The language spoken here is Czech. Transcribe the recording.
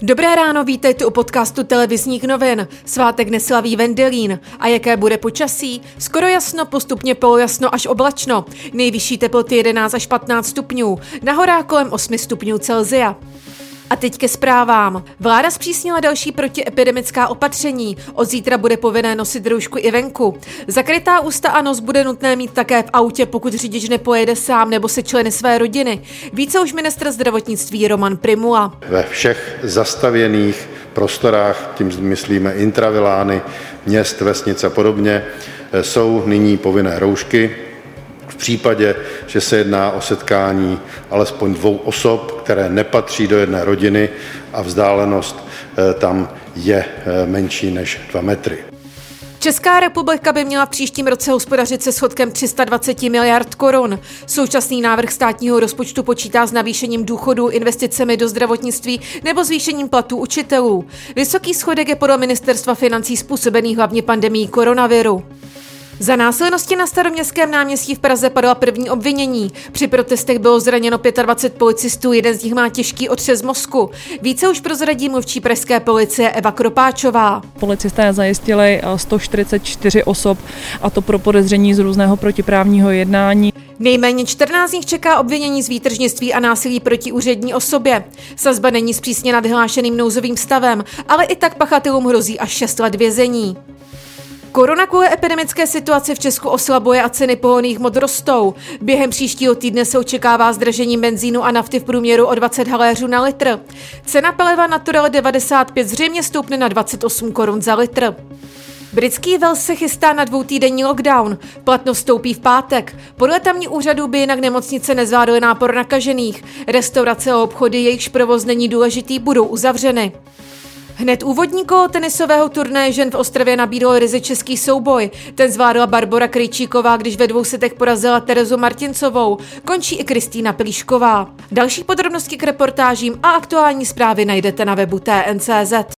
Dobré ráno, vítejte u podcastu televizních novin. Svátek neslaví Vendelín. A jaké bude počasí? Skoro jasno, postupně polojasno až oblačno. Nejvyšší teploty 11 až 15 stupňů. Na horách kolem 8 stupňů Celsia. A teď ke zprávám. Vláda zpřísnila další protiepidemická opatření. Od zítra bude povinné nosit roušku i venku. Zakrytá ústa a nos bude nutné mít také v autě, pokud řidič nepojede sám nebo se členy své rodiny. Více už ministr zdravotnictví Roman Prymula. Ve všech zastavěných prostorách, tím myslíme intravilány, měst, vesnic a podobně, jsou nyní povinné roušky. V případě, že se jedná o setkání alespoň 2 osob, které nepatří do jedné rodiny a vzdálenost tam je menší než 2 metry. Česká republika by měla v příštím roce hospodařit se schodkem 320 miliard korun. Současný návrh státního rozpočtu počítá s navýšením důchodů, investicemi do zdravotnictví nebo zvýšením platů učitelů. Vysoký schodek je podle ministerstva financí způsobený hlavně pandemií koronaviru. Za násilnosti na Staroměstském náměstí v Praze padla první obvinění. Při protestech bylo zraněno 25 policistů, jeden z nich má těžký otřes mozku. Více už prozradí mluvčí pražské policie Eva Kropáčová. Policisté zajistili 144 osob, a to pro podezření z různého protiprávního jednání. Nejméně 14 z nich čeká obvinění z výtržnictví a násilí proti úřední osobě. Sazba není zpřísněna vyhlášeným nouzovým stavem, ale i tak pachatelům hrozí až 6 let vězení. Korona kvůli epidemické situaci v Česku oslabuje a ceny pohonných hmot rostou. Během příštího týdne se očekává zdražení benzínu a nafty v průměru o 20 haléřů na litr. Cena paliva Natural 95 zřejmě stoupne na 28 korun za litr. Britský Wales se chystá na 2týdenní lockdown. Platnost vstoupí v pátek. Podle tamní úřadů by jinak nemocnice nezvládly nápor nakažených. Restaurace a obchody, jejichž provoz není důležitý, budou uzavřeny. Hned úvodní kolo tenisového turnaje žen v Ostravě nabídlo ryze český souboj. Ten zvládla Barbora Krejčíková, když ve 2 setech porazila Terezu Martincovou. Končí i Kristýna Plíšková. Další podrobnosti k reportážím a aktuální zprávy najdete na webu TN.cz.